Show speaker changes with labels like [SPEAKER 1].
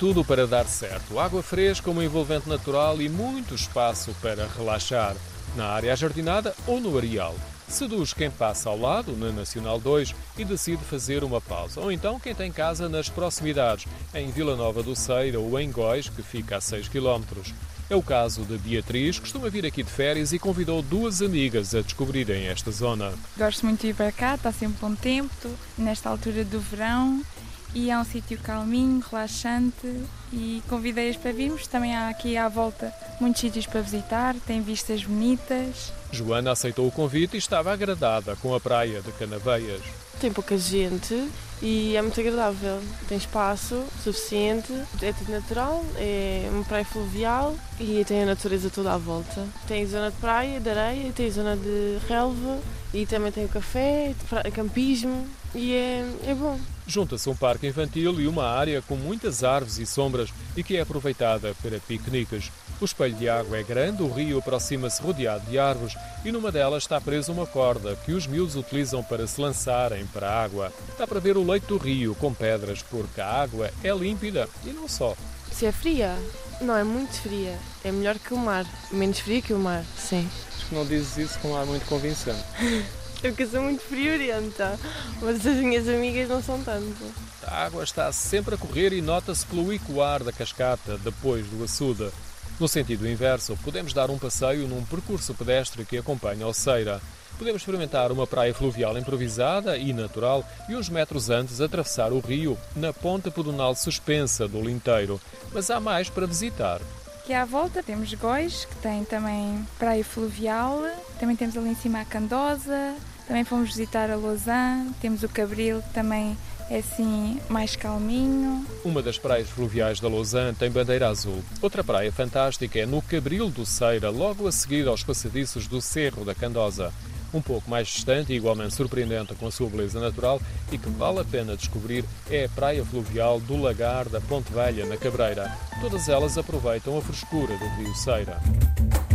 [SPEAKER 1] tudo para dar certo. Água fresca, um envolvente natural e muito espaço para relaxar. Na área ajardinada ou no areal. Seduz quem passa ao lado, na Nacional 2, e decide fazer uma pausa. Ou então quem tem casa nas proximidades, em Vila Nova do Ceira ou em Góis, que fica a 6 km. É o caso de Beatriz, que costuma vir aqui de férias e convidou duas amigas a descobrirem esta zona.
[SPEAKER 2] Gosto muito de ir para cá, está sempre bom tempo, nesta altura do verão, e é um sítio calminho, relaxante, e convidei-as para virmos. Também há aqui à volta muitos sítios para visitar, tem vistas bonitas.
[SPEAKER 1] Joana aceitou o convite e estava agradada com a praia de Canaveias.
[SPEAKER 3] Tem pouca gente e é muito agradável. Tem espaço suficiente, é tudo natural, é uma praia fluvial e tem a natureza toda à volta. Tem zona de praia, de areia, tem zona de relva e também tem o café, campismo e é bom.
[SPEAKER 1] Junta-se um parque infantil e uma área com muitas árvores e sombras e que é aproveitada para piqueniques. O espelho de água é grande, o rio aproxima-se rodeado de árvores e numa delas está presa uma corda que os miúdos utilizam para se lançarem para a água. Dá para ver o leito do rio com pedras, porque a água é límpida e não só.
[SPEAKER 3] Se é fria? Não, é muito fria. É melhor que o mar. Menos fria que o mar, sim.
[SPEAKER 1] Acho que não dizes isso com um ar muito convincente.
[SPEAKER 3] Porque eu sou muito friorenta, mas as minhas amigas não são tanto.
[SPEAKER 1] A água está sempre a correr e nota-se pelo ecoar da cascata depois do açude. No sentido inverso, podemos dar um passeio num percurso pedestre que acompanha o Ceira. Podemos experimentar uma praia fluvial improvisada e natural e uns metros antes atravessar o rio na ponte pedonal suspensa do Linteiro. Mas há mais para visitar.
[SPEAKER 2] Aqui à volta temos Góis, que tem também praia fluvial. Também temos ali em cima a Candosa. Também fomos visitar a Lausanne. Temos o Cabril, que também é assim mais calminho.
[SPEAKER 1] Uma das praias fluviais da Lausanne tem bandeira azul. Outra praia fantástica é no Cabril do Ceira, logo a seguir aos passadiços do Cerro da Candosa. Um pouco mais distante e igualmente surpreendente com a sua beleza natural e que vale a pena descobrir é a praia fluvial do Lagar da Ponte Velha, na Cabreira. Todas elas aproveitam a frescura do rio Ceira.